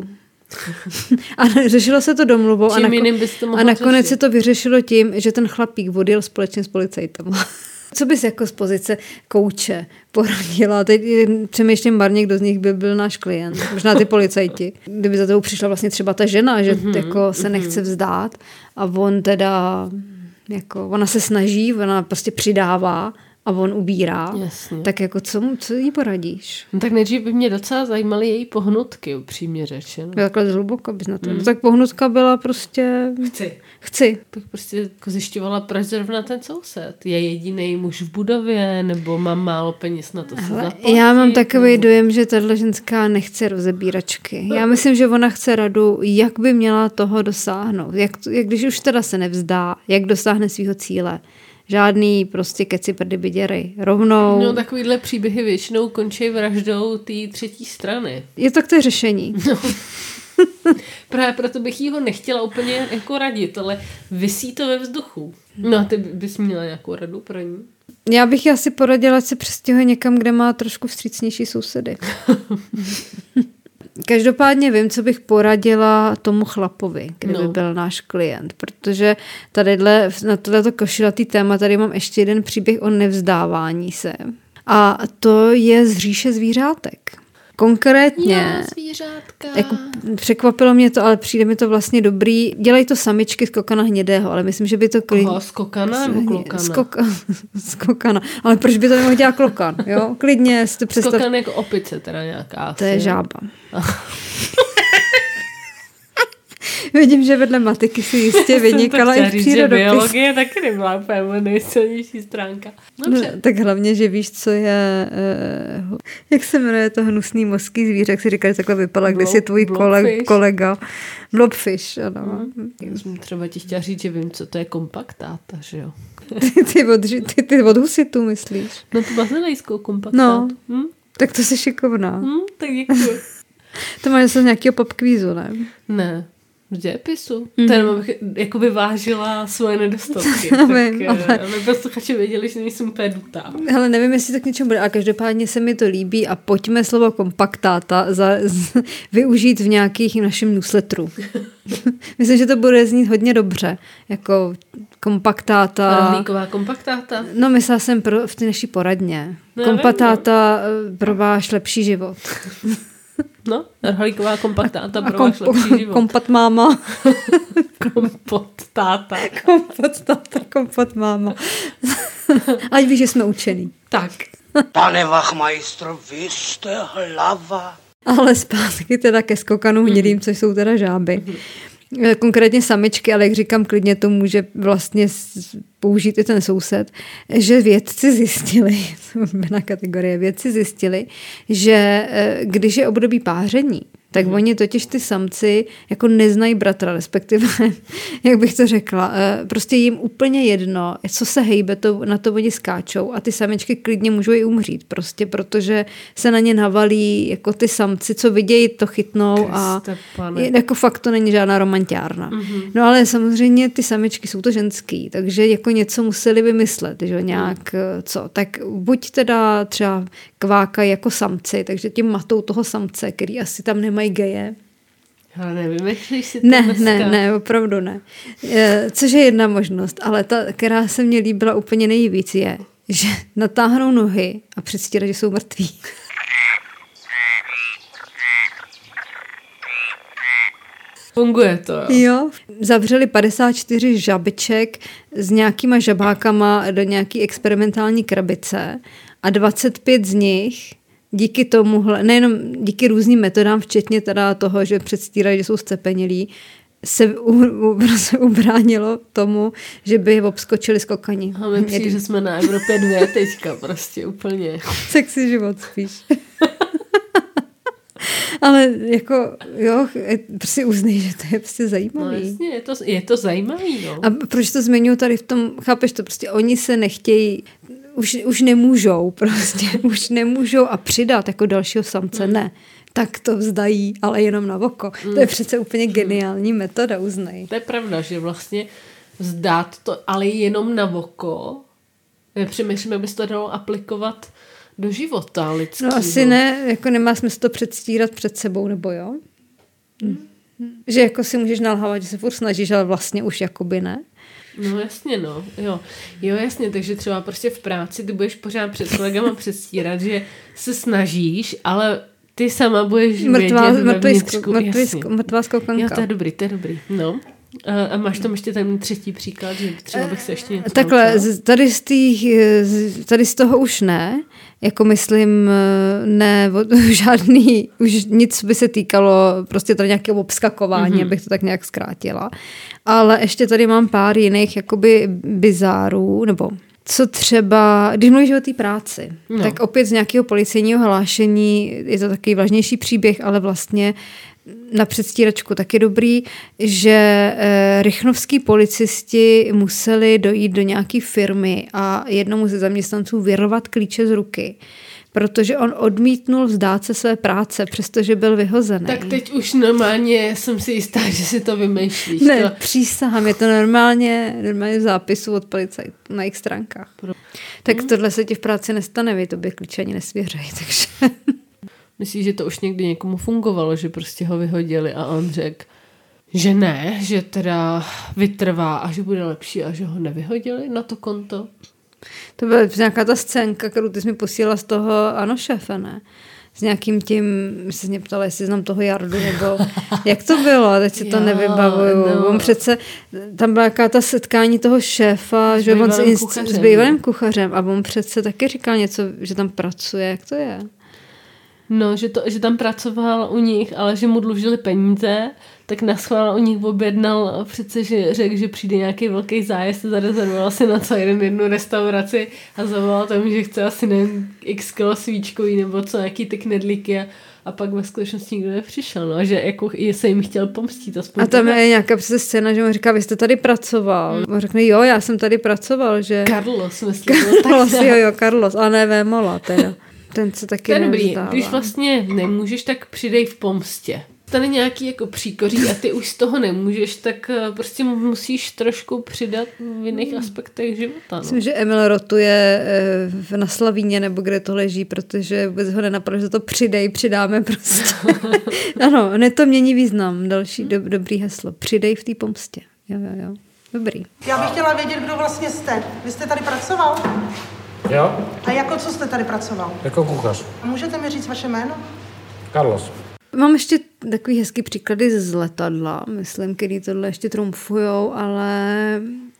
A nakonec se to vyřešilo tím, že ten chlapík odjel společně s policajtama. Co bys jako z pozice kouče poradila? Teď přemýšlím marně, kdo z nich by byl náš klient. Možná ty policajti. Kdyby za tou přišla vlastně třeba ta žena, že jako se nechce vzdát a on teda, jako, ona se snaží, ona prostě přidává a on ubírá. Jasně. Tak jako co jí poradíš? No tak nejdřív by mě docela zajímaly její pohnutky, upřímně řečeno. Takhle hluboko bys na to. No, tak pohnutka byla prostě... Chci. Tak prostě jako zjišťovala, proč zrovna ten soused. Je jediný muž v budově, nebo mám málo peněz na to se zaplatit? Já mám takový dojem, že tahle ženská nechce rozebíračky. Já myslím, že ona chce radu, jak by měla toho dosáhnout. Jak když už teda se nevzdá, jak dosáhne svého cíle. Žádný prostě keci prdy byděry. Rovnou. No takovýhle příběhy většinou končí vraždou té třetí strany. Je to k té řešení. No. Právě proto bych jí ho nechtěla úplně jako radit, ale visí to ve vzduchu. No a ty bys měla nějakou radu pro ní? Já bych asi poradila, ať se přestěhuje někam, kde má trošku vstřícnější sousedy. Každopádně vím, co bych poradila tomu chlapovi, kdyby byl náš klient, protože tadyhle, na tohleto košilatý téma tady mám ještě jeden příběh o nevzdávání se. A to je z říše zvířátek. Konkrétně, jako překvapilo mě to, ale přijde mi to vlastně dobrý. Dělají to samičky z kokana hnědého, ale myslím, že by to... Koho? Z kokana nebo klokana? Z kokana. Ale proč by to nemohl dělat klokan? Jo? Klidně si to představ... Skokan jako opice teda nějaká. To je žába. Vidím, že vedle matiky si jistě vynikala i v přírodopis. Biologie taky nebyla úplně moje nejsilnější stránka. No, tak hlavně, že víš, co je... jak se jmenuje to hnusný mořský zvíře, jak si říká, že takhle vypadá, když je tvůj kolega. Blobfish, ano. Já jsem třeba ti chtěla říct, že vím, co to je kompaktáta, že jo? Ty od husitu myslíš? No tu bazilejskou kompaktátu. No, tak to jsi šikovná. Tak děkuji. To máš zase nějakého popkvízu, ne? Ne. V dějepisu. Ten abych jako vyvážila svoje nedostatky. Ale posluchači věděli, že nejsem úplně dutá. Hele, nevím, jestli to k něčemu bude, a každopádně se mi to líbí a pojďme slovo kompaktáta využít v nějakých našem newsletteru. Myslím, že to bude znít hodně dobře. Jako kompaktáta. Rohlíková kompaktáta? No, myslela jsem v té naší poradně. No, kompaktáta pro váš lepší život. No, rohlíková kompaktáta pro váš lepší život. Kompat máma. Kompot táta. Kompot máma. Ať víš, že jsme učený. Tak. Pane Wachmeister, vy jste hlava. Ale zpátky teda ke skokanům hnědým, což jsou teda žáby. Konkrétně samičky, ale jak říkám, klidně to může vlastně použít i ten soused, že vědci zjistili, na kategorie vědci zjistili, že když je období páření, tak oni totiž ty samci jako neznají bratra, respektive, jak bych to řekla, prostě jim úplně jedno, co se hejbe, na to oni skáčou a ty samičky klidně můžou i umřít, prostě protože se na ně navalí jako ty samci, co vidějí, to chytnou a jako fakt to není žádná romantiárna. No ale samozřejmě ty samičky jsou to ženský, takže jako něco museli vymyslet, že nějak co, tak buď teda třeba kvákají jako samci, takže tím matou toho samce, který asi tam nemají geje. Ale nevymýšlíš si to dneska? Ne, opravdu ne. Což je jedna možnost, ale ta, která se mně líbila úplně nejvíc, je, že natáhnou nohy a předstírají, že jsou mrtví. Funguje to, jo? Jo. Zavřeli 54 žabiček s nějakýma žabákama do nějaký experimentální krabice a 25 z nich díky tomuhle, nejenom díky různým metodám, včetně teda toho, že předstírají, že jsou zcepenilí, se ubránilo tomu, že by obskočili skokani. A my přijde, že jsme na Evropě 2 teďka, prostě úplně. Sexy život spíš. Ale jako, jo, prostě uznej, že to je prostě zajímavý. No jasně, je to zajímavý, no. A proč to zmiňuji tady v tom, chápeš to, prostě oni se nechtějí, už nemůžou prostě, už nemůžou a přidat jako dalšího samce, ne. Tak to vzdají, ale jenom na oko. To je přece úplně geniální metoda, uznej. To je pravda, že vlastně vzdát to, ale jenom na oko. Nepřemýšlím, jak by se to dalo aplikovat do života lidského. No asi ne, jako nemá smysl to předstírat před sebou, nebo jo? Že jako si můžeš nalhávat, že se furt snažíš, ale vlastně už jakoby ne. No jasně, no. Jo, jasně, takže třeba prostě v práci ty budeš pořád před kolegama předstírat, že se snažíš, ale ty sama budeš mrtvá skoukanka. Jo, to je dobrý. No. A máš tam ještě ten třetí příklad, že třeba bych se ještě něco takhle, tady z toho už ne, jako myslím, ne, žádný, už nic by se týkalo prostě tady nějakého obskakování, abych to tak nějak zkrátila. Ale ještě tady mám pár jiných jakoby bizárů, nebo co třeba, když mluvíš o té práci, tak opět z nějakého policejního hlášení, je to takový vážnější příběh, ale vlastně na předstíračku taky dobrý, že rychnovský policisti museli dojít do nějaké firmy a jednomu ze zaměstnanců vyrvat klíče z ruky, protože on odmítnul vzdát se své práce, přestože byl vyhozený. Tak teď už normálně jsem si jistá, že si to vymýšlíš. Ne, to... přísahám, je to normálně v zápisu od policajtů na jejich stránkách. Tak tohle se ti v práci nestane, vy tobě klíče ani nesvěřejí, takže... Myslíš, že to už někdy někomu fungovalo, že prostě ho vyhodili a on řekl, že ne, že teda vytrvá a že bude lepší a že ho nevyhodili na to konto? To byla nějaká ta scénka, kterou ty jsi mi posílala z toho Ano šéfe, ne? S nějakým tím, se mě ptala, jestli znám toho Jardu, nebo jak to bylo, teď si to nevybavuju. No. On přece, tam byla jaká ta setkání toho šéfa, že on s bývalým kuchařem a on přece taky říkal něco, že tam pracuje, jak to je? No, že tam pracoval u nich, ale že mu dlužili peníze, tak naschvál u nich objednal přece, že řekl, že přijde nějaký velký zájezd, zarezervoval si na celou jednu restauraci a zavolal tam, že chce asi nevím, x kilo svíčkový nebo co, nějaký ty knedlíky a pak ve skutečnosti nikdo nepřišel, no, že jako se jim chtěl pomstít. A tam je nějaká přece scéna, že mu říká, vy jste tady pracoval. On řekne, jo, já jsem tady pracoval, že... Carlos, myslím. Carlos, a ne Vémola teda. Ten se taky nevzdává. Když vlastně nemůžeš, tak přidej v pomstě. Tady nějaký jako příkoří a ty už z toho nemůžeš, tak prostě musíš trošku přidat v jiných aspektech života. No. Myslím, že Emil rotuje na Slavíně, nebo kde to leží, protože vůbec ho nenapadlo, že to přidáme prostě. Ano, ne to mění význam. Další dobrý heslo. Přidej v té pomstě. Jo. Dobrý. Já bych chtěla vědět, kdo vlastně jste. Vy jste tady pracoval? Jo. A jako co jste tady pracoval? Jako kuchař. A můžete mi říct vaše jméno? Carlos. Mám ještě takový hezký příklady z letadla, myslím, který tohle ještě trumfujou, ale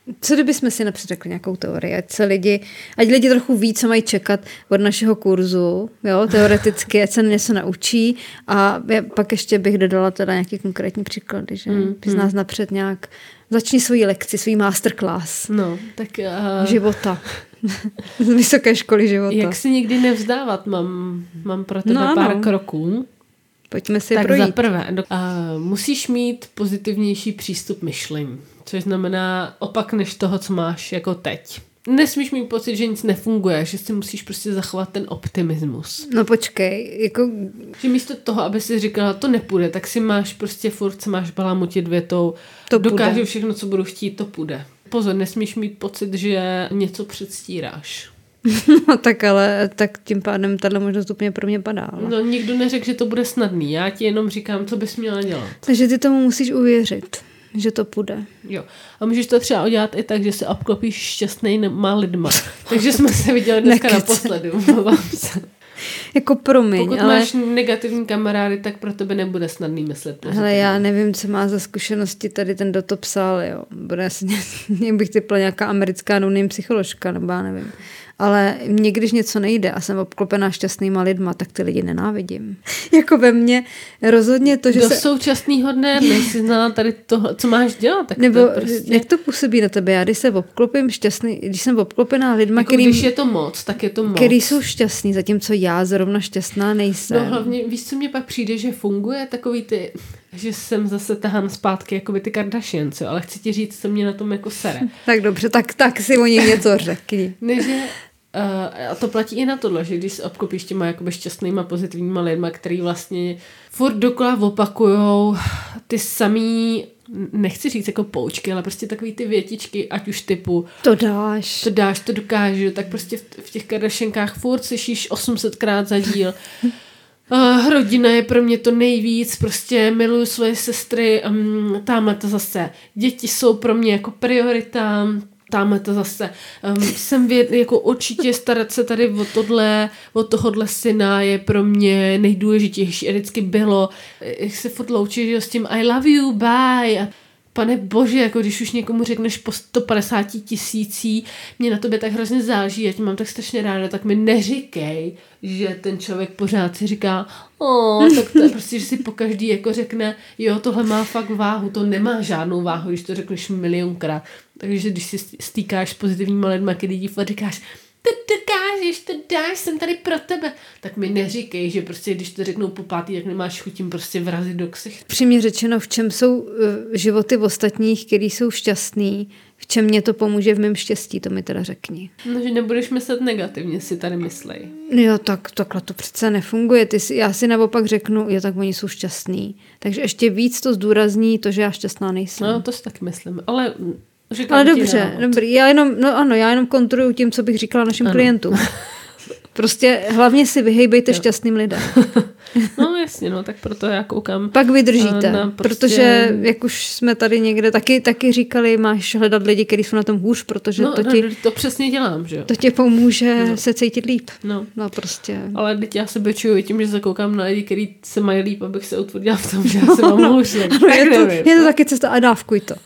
Co kdybychom si napřed řekli nějakou teorii, ať lidi trochu ví, co mají čekat od našeho kurzu, jo, teoreticky, ať se něco naučí a pak ještě bych dodala teda nějaký konkrétní příklady, že bys nás napřed nějak začni svoji lekci, svůj masterclass. No, tak... života. Z vysoké školy života. Jak si nikdy nevzdávat, mám pro tebe pár kroků. Pojďme si tak projít. Tak za prvé, musíš mít pozitivnější přístup myšlení, což znamená opak než toho, co máš jako teď. Nesmíš mít pocit, že nic nefunguje, že si musíš prostě zachovat ten optimismus. No počkej, jako... Že místo toho, aby si říkala, to nepůjde, tak si máš prostě furt se máš balamutit větou, to dokážu půjde. Všechno, co budu chtít, to půjde. Pozor, nesmíš mít pocit, že něco předstíráš. No tak ale tak tím pádem tato možnost úplně pro mě padá. Ale. No nikdo neřekl, že to bude snadný. Já ti jenom říkám, co bys měla dělat. Takže ty tomu musíš uvěřit, že to půjde. Jo. A můžeš to třeba udělat i tak, že se obklopíš šťastnýma lidma. Takže jsme se viděli dneska naposledy. Jako promiň, pokud máš negativní kamarády, tak pro tebe nebude snadný myslet. Ale já nevím, co má za zkušenosti tady ten, kdo to psal, jo. Bude bych typla nějaká americká no-name psycholožka, nebo já nevím. Ale mně, když něco nejde a jsem obklopená šťastnýma lidma, tak ty lidi nenávidím. Jako ve mně rozhodně to, že do současného dne nejsi znala tady to, co máš dělat. Tak nebo to prostě... jak to působí na tebe? Já když jsem obklopená lidma, jako když je to moc, tak je to moc. Který jsou šťastní, zatímco já zrovna šťastná nejsem. No hlavně, víš, co mě pak přijde, že funguje takový ty, že jsem zase tahám zpátky jako by ty Kardashians, ale chci ti říct, co mě na tom jako sere. Tak dobře, tak si o nich něco řekni. Ne, že a to platí i na tohle, že když se obklopíš těma jakoby šťastnýma, pozitivníma lidma, který vlastně furt dokola opakujou ty samý, nechci říct jako poučky, ale prostě takový ty větičky, ať už typu to dáš, to dokážu, tak prostě v těch Kardashiankách furt slyšíš 800krát za díl. Rodina je pro mě to nejvíc, prostě miluju svoje sestry, tamhle to zase, děti jsou pro mě jako priorita, tamhle to zase, jsem jako určitě starat se tady o tohodle syna je pro mě nejdůležitější a vždycky bylo, jak se furt loučí, že s tím I love you, bye a pane bože, jako když už někomu řekneš po 150 000, mě na tobě tak hrozně záleží, já tě mám tak strašně ráda, tak mi neříkej, že ten člověk pořád si říká, tak to je prostě, že si pokaždý jako řekne, jo, tohle má fakt váhu, to nemá žádnou váhu, když to řekneš milionkrát. Takže když si stýkáš s pozitivníma lidma, když dívá, říkáš, to dokážeš, to dáš, jsem tady pro tebe. Tak mi neříkej, že prostě, když to řeknou po pátý, tak nemáš chutím prostě vrazit do ksichtu. Přímě řečeno, v čem jsou životy ostatních, který jsou šťastný, v čem mě to pomůže v mém štěstí, to mi teda řekni. No, že nebudeš myslet negativně, si tady myslej. Jo, takhle to přece nefunguje. Já si naopak řeknu, jo, tak oni jsou šťastný. Takže ještě víc to zdůrazní to, že já šťastná nejsem. No, to si taky myslím, ale dobře, dobrý. Já jenom kontroluju tím, co bych říkala našim klientům. Prostě hlavně si vyhejbejte šťastným lidem. No jasně, no, tak proto já koukám. Pak vydržíte, prostě... protože jak už jsme tady někde taky říkali, máš hledat lidi, kteří jsou na tom hůř, protože to přesně dělám, že jo. To tě pomůže se cítit líp. No prostě. Ale teď já se bečuju tím, že zakoukám na lidi, kteří se mají líp, abych se utvrdila v tom, že já se mám hůř. Je to taky cesta a dávkuj to.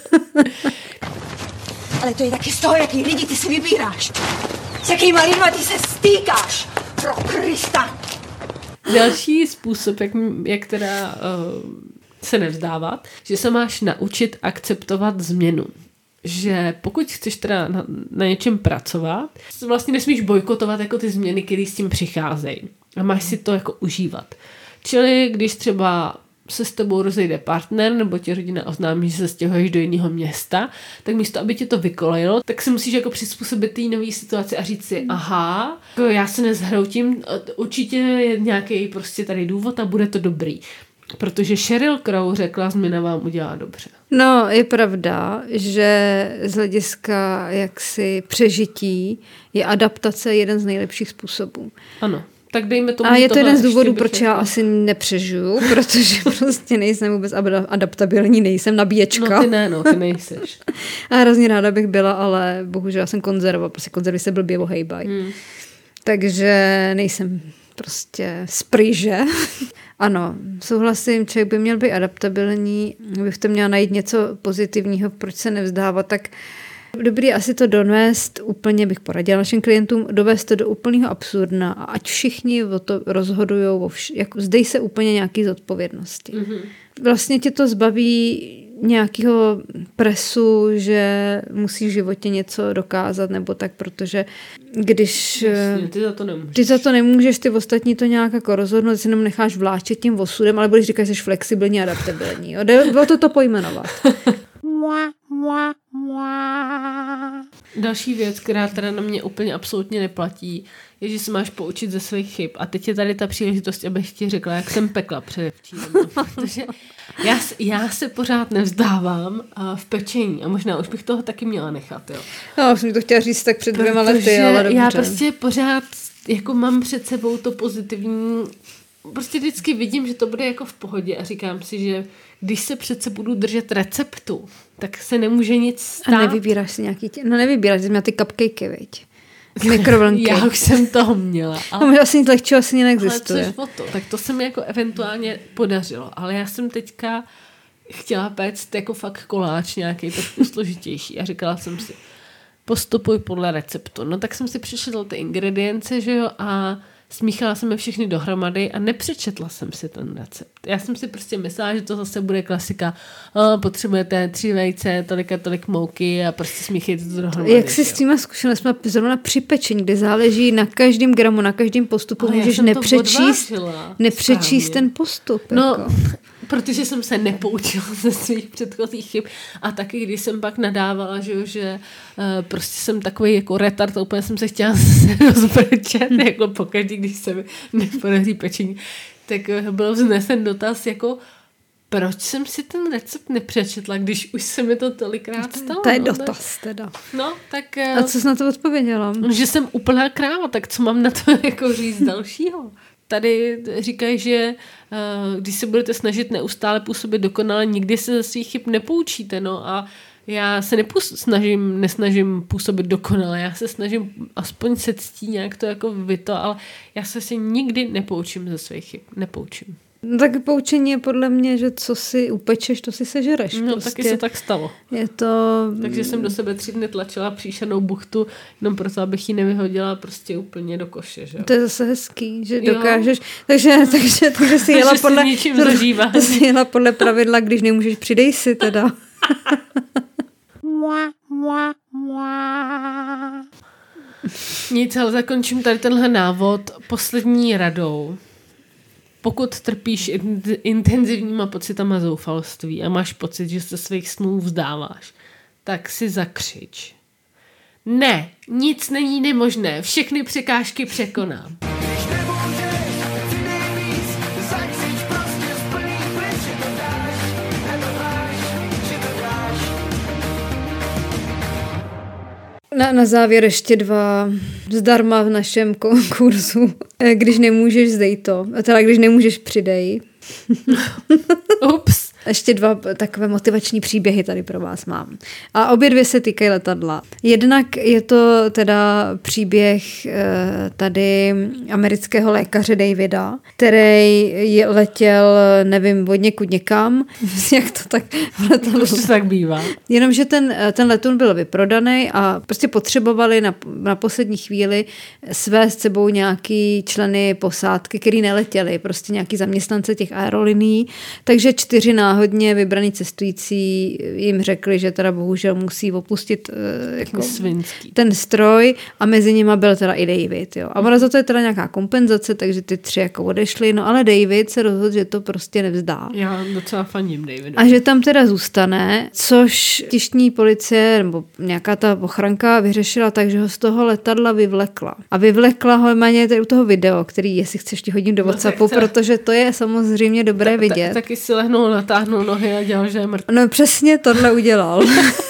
Ale to je taky z toho, jaký lidi ty si vybíráš. S jakýma lidma ty se stýkáš. Pro Krista. Další způsob, jak teda se nevzdávat, že se máš naučit akceptovat změnu. Že pokud chceš teda na něčem pracovat, vlastně nesmíš bojkotovat jako ty změny, které s tím přicházejí. A máš si to jako užívat. Čili když třeba se s tebou rozejde partner, nebo ti rodina oznámí, že se stěhuješ do jiného města, tak místo, aby tě to vykolejilo, tak se musíš jako přizpůsobit té nové situaci a říct si, aha, já se nezhroutím, určitě je nějaký prostě tady důvod a bude to dobrý. Protože Sheryl Crow řekla, změna vám udělá dobře. No, je pravda, že z hlediska jaksi přežití je adaptace jeden z nejlepších způsobů. Ano. Tak dejme tomu, a je to jeden z důvodů, proč já asi nepřežiju, protože prostě nejsem vůbec adaptabilní, nejsem nabíječka. No, ty nejseš. A hrozně ráda bych byla, ale bohužel já jsem konzerva, prostě konzervy se blbě ohejbají. Takže nejsem prostě z pryže. Ano, souhlasím, člověk by měl být adaptabilní, bych to měla najít něco pozitivního, proč se nevzdávat, tak Dobrý, asi to donést úplně, bych poradila našim klientům, dovést to do úplného absurdna a ať všichni o to rozhodujou, jako zdej se úplně nějaký zodpovědnosti. Vlastně tě to zbaví nějakého presu, že musíš v životě něco dokázat nebo tak, protože když Jasně, ty za to nemůžeš, ty ostatní to nějak jako rozhodnout, si jenom necháš vláčet tím osudem, ale budeš říkat, že jsi flexibilní a adaptabilní. Bylo to pojmenovat. Další věc, která teda na mě úplně absolutně neplatí, je, že se máš poučit ze svých chyb. A teď je tady ta příležitost, abych ti řekla, jak jsem pekla předevčírem. Protože já se pořád nevzdávám v pečení. A možná už bych toho taky měla nechat. Jo. No, už mi to chtěla říct tak před 2 lety, ale dobře. Já prostě pořád jako mám před sebou to pozitivní. Prostě vždycky vidím, že to bude jako v pohodě a říkám si, že když se přece budu držet receptu, tak se nemůže nic stát. A nevybíráš si nějaký nevybíráš, jsi měla ty cupcakey, viď? Mikrovlnky. Já už jsem toho měla. Ale... No, asi nic lehčího asi neexistuje. Ale což o to, tak to se mi jako eventuálně podařilo. Ale já jsem teďka chtěla péct jako fakt koláč nějaký trošku složitější a říkala jsem si, postupuj podle receptu. No tak jsem si přečetla ty ingredience, že jo, a smíchala jsem je všechny dohromady a nepřečetla jsem si ten recept. Já jsem si prostě myslela, že to zase bude klasika. Potřebujete 3 vejce, tolik a tolik mouky a prostě smíchejte to dohromady. Jak jsi s těma zkušenostmi zrovna při pečení, kde záleží na každém gramu, na každém postupu, ale můžeš nepřečíst ten postup. No, jako. Protože jsem se nepoučila ze svých předchozích chyb a taky, když jsem pak nadávala, že prostě jsem takový jako retard, úplně jsem se chtěla rozbrčet, jako pokaždý, když se mi nepodaří pečení, tak byl vznesen dotaz jako proč jsem si ten recept nepřečetla, když už se mi to tolikrát stalo. To je dotaz teda. No, tak... A co jsi na to odpověděla? Že jsem úplná kráva, tak co mám na to jako říct dalšího? Tady říkají, že když se budete snažit neustále působit dokonale, nikdy se ze svých chyb nepoučíte, no a já se nesnažím působit dokonale, já se snažím aspoň se ctí nějak to jako ale já se nikdy nepoučím ze svých chyb, nepoučím. No tak poučení je podle mě, že co si upečeš, to si sežereš. No prostě. Taky se tak stalo. Je to... Takže jsem do sebe 3 dny tlačila příšernou buchtu, jenom proto, abych ji nevyhodila prostě úplně do koše. Že? To je zase hezký, že dokážeš. Takže si jela podle pravidla, když nemůžeš, přidej si teda. Nic, ale zakončím tady tenhle návod poslední radou. Pokud trpíš intenzivníma pocitama zoufalství a máš pocit, že se svých snů vzdáváš, tak si zakřič. Ne, nic není nemožné, všechny překážky překonám. Na závěr ještě 2 zdarma v našem kurzu. Když nemůžeš, zdej to. Teda když nemůžeš, přidej. Ups. Ještě 2 takové motivační příběhy tady pro vás mám. A obě 2 se týkají letadla. Jednak je to teda příběh tady amerického lékaře Davida, který letěl, nevím, od někud někam. Jak to tak v letadlu. To tak bývá. Jenomže ten letoun byl vyprodaný a prostě potřebovali na poslední chvíli svést s sebou nějaký členy posádky, který neletěli, prostě nějaký zaměstnance těch aerolinií. Takže 4 náhodně vybraný cestující jim řekli, že teda bohužel musí opustit jako ten stroj a mezi nimi byl teda i David. Jo. A ono za to je teda nějaká kompenzace, takže ty 3 jako odešli, no ale David se rozhodl, že to prostě nevzdá. Já docela faním Davidu. A že tam teda zůstane, což tištní policie nebo nějaká ta ochranka vyřešila tak, že ho z toho letadla vyvlekla. A vyvlekla ho méně u toho video, který, jestli chceš, ti hodím do WhatsAppu, protože to je samozřejmě dobré vidět. Taky si lehnul, natáhnul nohy a dělal, že je mrtvý. No přesně tohle udělal.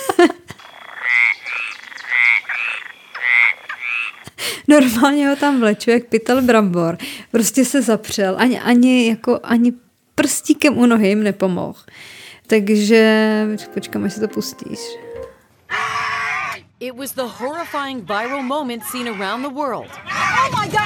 Normálně ho tam vleču, jak pytel brambor. Prostě se zapřel. Ani prstíkem u nohy jim nepomohl. Takže počkám, až si to pustíš. It was the horrifying viral moment seen around the world. Oh my God!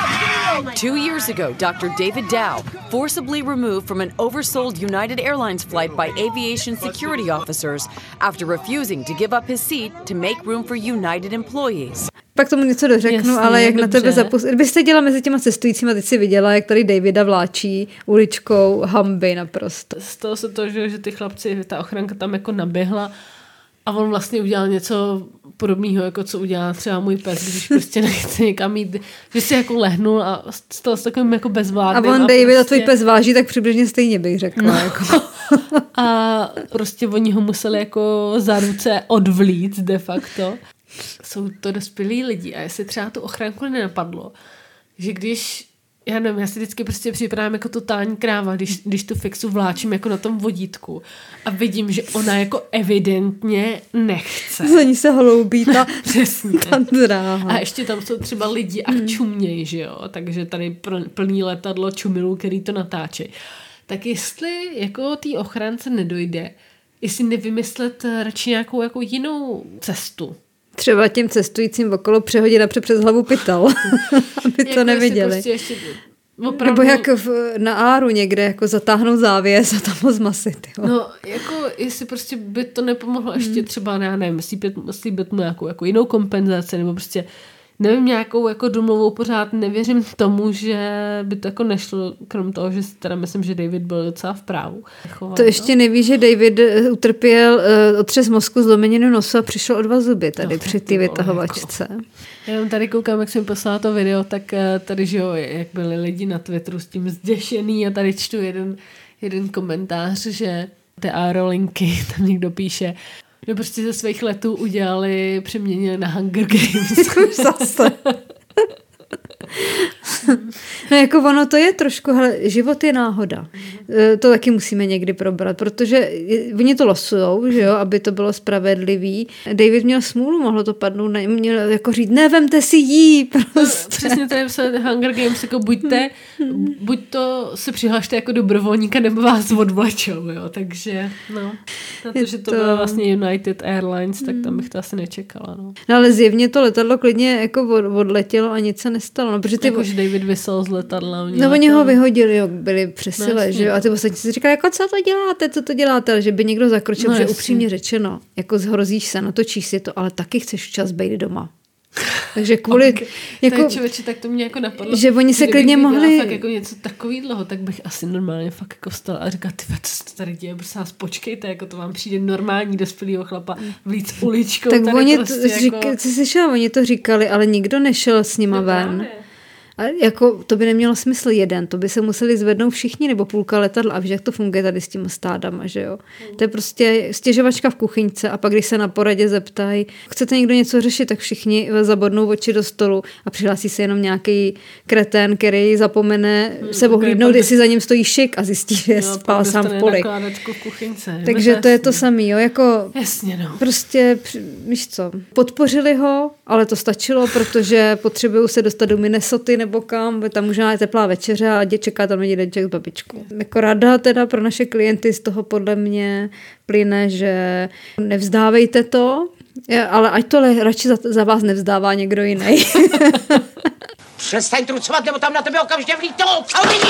2 years ago, Dr. David Dow, forcibly removed from an oversold United Airlines flight by aviation security officers after refusing to give up his seat to make room for United employees. Pak tomu něco dořeknu, Jasně, ale jak dobře. na tebe zapustí. Kdybyste dělala mezi těma cestujícíma, teď si viděla, jak tady Davida vláčí uličkou hanby naprosto. Stalo se to, že ty chlapci, ta ochranka tam jako naběhla a on vlastně udělal něco podobného, jako co udělá třeba můj pes, když prostě nechce někam jít, že si jako lehnul a stalo se takovým jako bezvládným. A on David a tvůj pes váží, tak přibližně stejně bych řekla. No. Jako. A prostě oni ho museli jako za ruce odvlít de facto. Jsou to dospělí lidi a jestli třeba tu ochranku nenapadlo, že když, já nevím, já si vždycky prostě připravím jako totální kráva, když tu fixu vláčím jako na tom vodítku a vidím, že ona jako evidentně nechce. Za ní se holoubí ta, Přesně. ta dráha. A ještě tam jsou třeba lidi a čuměj, že jo, takže tady plný letadlo čumilů, který to natáčí. Tak jestli jako té ochránce nedojde, jestli nevymyslet radši nějakou jako jinou cestu. Třeba těm cestujícím okolo přehodit napřed přes hlavu pytel, aby to jako neviděli. Prostě ještě opravdu... Nebo jak na Áru někde, jako zatáhnout závěs a tam ho zmasit. Jo. No, jako jestli prostě by to nepomohlo ještě třeba, já nevím, slíbit mu nějakou jako jinou kompenzaci, nebo prostě nevím, nějakou jako domluvou pořád nevěřím tomu, že by to jako nešlo, krom toho, že teda myslím, že David byl docela v právu. To ještě neví, že David utrpěl otřes mozku, zlomeninu nosu a přišel o 2 zuby tady při té vytahovačce. Jako. Já jenom tady koukám, jak jsem poslala to video, tak tady, že jo, jak byli lidi na Twitteru s tím zděšený a tady čtu jeden komentář, že ty aerolinky, tam někdo píše, že prostě ze svých letů udělali, přeměnili na Hunger Games. Zase. No jako ono to je trošku, hele, život je náhoda. To taky musíme někdy probrat, protože oni to losujou, že jo, aby to bylo spravedlivý. David měl smůlu, mohlo to padnout, měl jako říct, nevemte si jí, prostě. No, přesně tady psali Hunger Games, jako buď to se přihlašte jako dobrovolníka, nebo vás odvlečou, jo, takže no. Na to, že to bylo vlastně United Airlines, tak tam bych to asi nečekala, no. No ale zjevně to letadlo klidně jako odletělo a nic se nestalo, no, protože ty... Jakože David vysel z letadla. No oni ho vyhodili, jo, byli přesile, že jo, a ty ostatní si říkali, jako co to děláte, ale že by někdo zakročil, že upřímně řečeno, jako zhrozíš se, natočíš si to, ale taky chceš čas být doma. Takže kvůli... Okay. Jako, člověče, tak to mě jako napadlo. Že oni se klidně mohli... Fakt jako něco takovýhleho, tak bych asi normálně fakt jako vstala a říkala, tyve, co se to tady děje, prosím vás, počkejte, jako to vám přijde normální dospělýho chlapa vlít s uličkou. Tak tady oni prostě jsi slyšela, oni to říkali, ale nikdo nešel s nima ven. A jako to by nemělo smysl jeden, to by se museli zvednout všichni nebo půlka letadla a víš, jak to funguje tady s těma stádama, že jo. To je prostě stěžovačka v kuchyňce a pak když se na poradě zeptají, chcete někdo něco řešit, tak všichni zabodnou oči do stolu a přihlásí se jenom nějaký kretén, který zapomene se ohlídnout, jestli za ním stojí šik a zjistí, že je spál sám v poli. V kuchyňce, takže to je to samý, jo, jako jasně, no. Prostě, víš co, podpořili ho, ale to stačilo, protože potřebují se dostat do Minnesoty nebo kam, tam možná je teplá večeře a čeká tam dědeček s babičkou. Jako rada teda pro naše klienty z toho podle mě plyne, že nevzdávejte to, ale ať to radši za vás nevzdává někdo jiný. Přestaň trucovat, nebo tam na tebe okamžitě vlítou!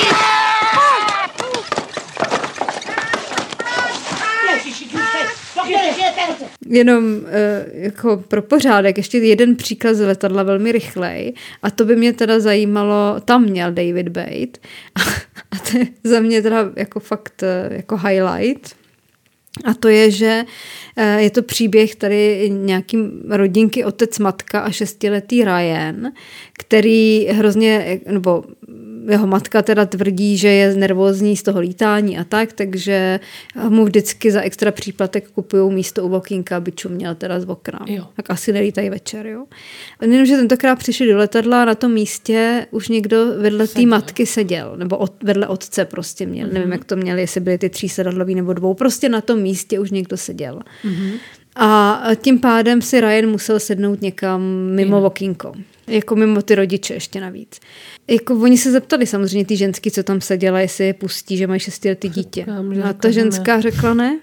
Jenom jako pro pořádek, ještě jeden příklad z letadla velmi rychlej a to by mě teda zajímalo, tam měl David být a to je za mě teda jako fakt jako highlight. A to je, že je to příběh tady nějaký rodinky, otec, matka a 6letý Ryan, který hrozně, nebo jeho matka teda tvrdí, že je nervózní z toho lítání a tak, takže mu vždycky za extra příplatek kupujou místo u okýnka, aby čuměl teda z okna. Jo. Tak asi nelítají večer, jo. Jenomže tentokrát přišli do letadla a na tom místě už někdo vedle té matky seděl, nebo vedle otce prostě měl. Nevím, jak to měli, jestli byly ty 3 sedadlový nebo 2, prostě na tom místě už někdo seděl. A tím pádem si Ryan musel sednout někam mimo okýnko. Jako mimo ty rodiče ještě navíc. Jako oni se zeptali samozřejmě ty ženský, co tam seděla, jestli je pustí, že mají 6letý dítě. A ta ženská řekla ne.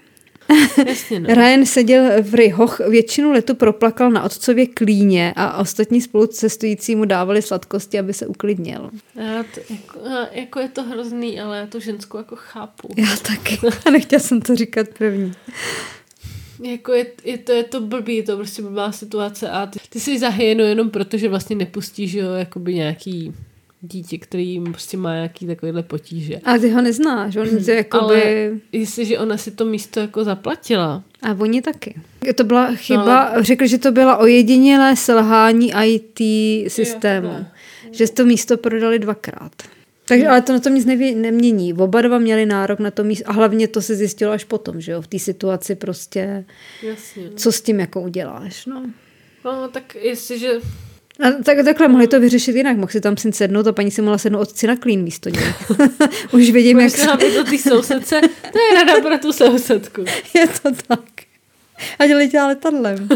Jasně, no. Ryan seděl v Ryhoch, většinu letu proplakal na otcově klíně a ostatní spolucestující mu dávali sladkosti, aby se uklidnil. Jako je to hrozný, ale já to ženskou jako chápu. Já taky. A nechtěla jsem to říkat první. Jako je to blbý, je to prostě blbá situace a ty si zahyjeno jenom proto, že vlastně nepustíš, jo, jakoby nějaký dítě, který prostě má nějaký takovýhle potíže. A ty ho neznáš, on to jakoby... Ale jestliže ona si to místo jako zaplatila. A oni taky. To byla chyba, řekl, že to byla ojedinělé selhání IT systému. Jo, že to místo prodali 2krát. Takže, ale to na tom nic nemění. Oba dva měli nárok na to místo a hlavně to se zjistilo až potom, že jo, v té situaci prostě, jasně, no. Co s tím jako uděláš, no. No, tak jestliže... A takhle mohli to vyřešit jinak. Mohl si tam syn sednout a paní si mohla sednout otci na klín místo něj. Už vidím, jak se... Možná do té sousedce, to je rada pro tu sousedku. Je to tak. Ať letěla letadlem.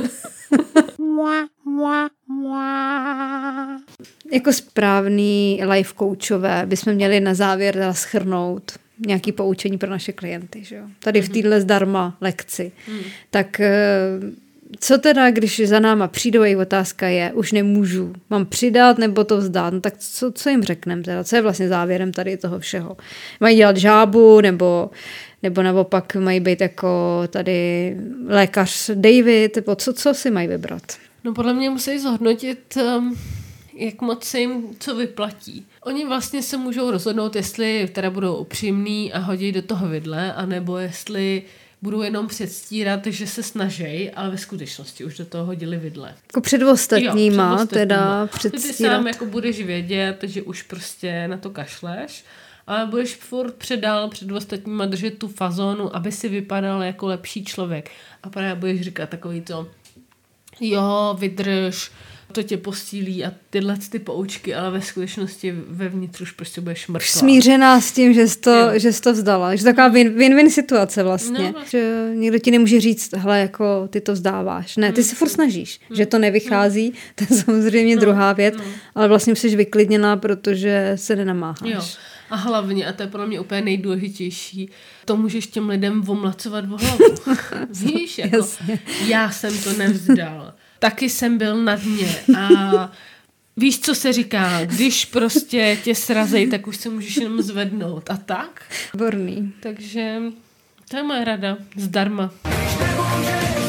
Jako správný life coachové bychom měli na závěr shrnout nějaké poučení pro naše klienty. Že jo? Tady v téhle zdarma lekci. Tak co teda, když za náma přijdou, jejich otázka je, už nemůžu, mám přidat nebo to vzdát, no tak co jim řekneme teda? Co je vlastně závěrem tady toho všeho? Mají dělat žábu nebo naopak mají být jako tady lékař David, nebo co si mají vybrat? No podle mě musí zhodnotit, jak moc se jim co vyplatí. Oni vlastně se můžou rozhodnout, jestli teda budou upřímní a hodí do toho vidle, anebo jestli budou jenom předstírat, že se snaží, ale ve skutečnosti už do toho hodili vidle. Jako před ostatníma teda předstírat. Ty sám jako budeš vědět, že už prostě na to kašleš, ale budeš furt před ostatníma držet tu fazonu, aby si vypadal jako lepší člověk. A právě budeš říkat takový to, jo, vydrž, to tě posílí a tyhle ty poučky, ale ve skutečnosti vevnitř už prostě budeš mrtvá. Smířená s tím, že jsi to vzdala. Že taková win-win situace vlastně. No, vlastně. Že někdo ti nemůže říct, hele, jako ty to vzdáváš. Ne, ty si furt snažíš. Že to nevychází, to je samozřejmě druhá věc, ale vlastně jsi vyklidněná, protože se nenamáháš. Jo. A hlavně, a to je pro mě úplně nejdůležitější, to můžeš těm lidem omlacovat v hlavu. Víš, jako já jsem to nevzdal. Taky jsem byl na dně a víš, co se říká, když prostě tě srazej, tak už se můžeš jenom zvednout a tak. Výborný. Takže to je moje rada, zdarma.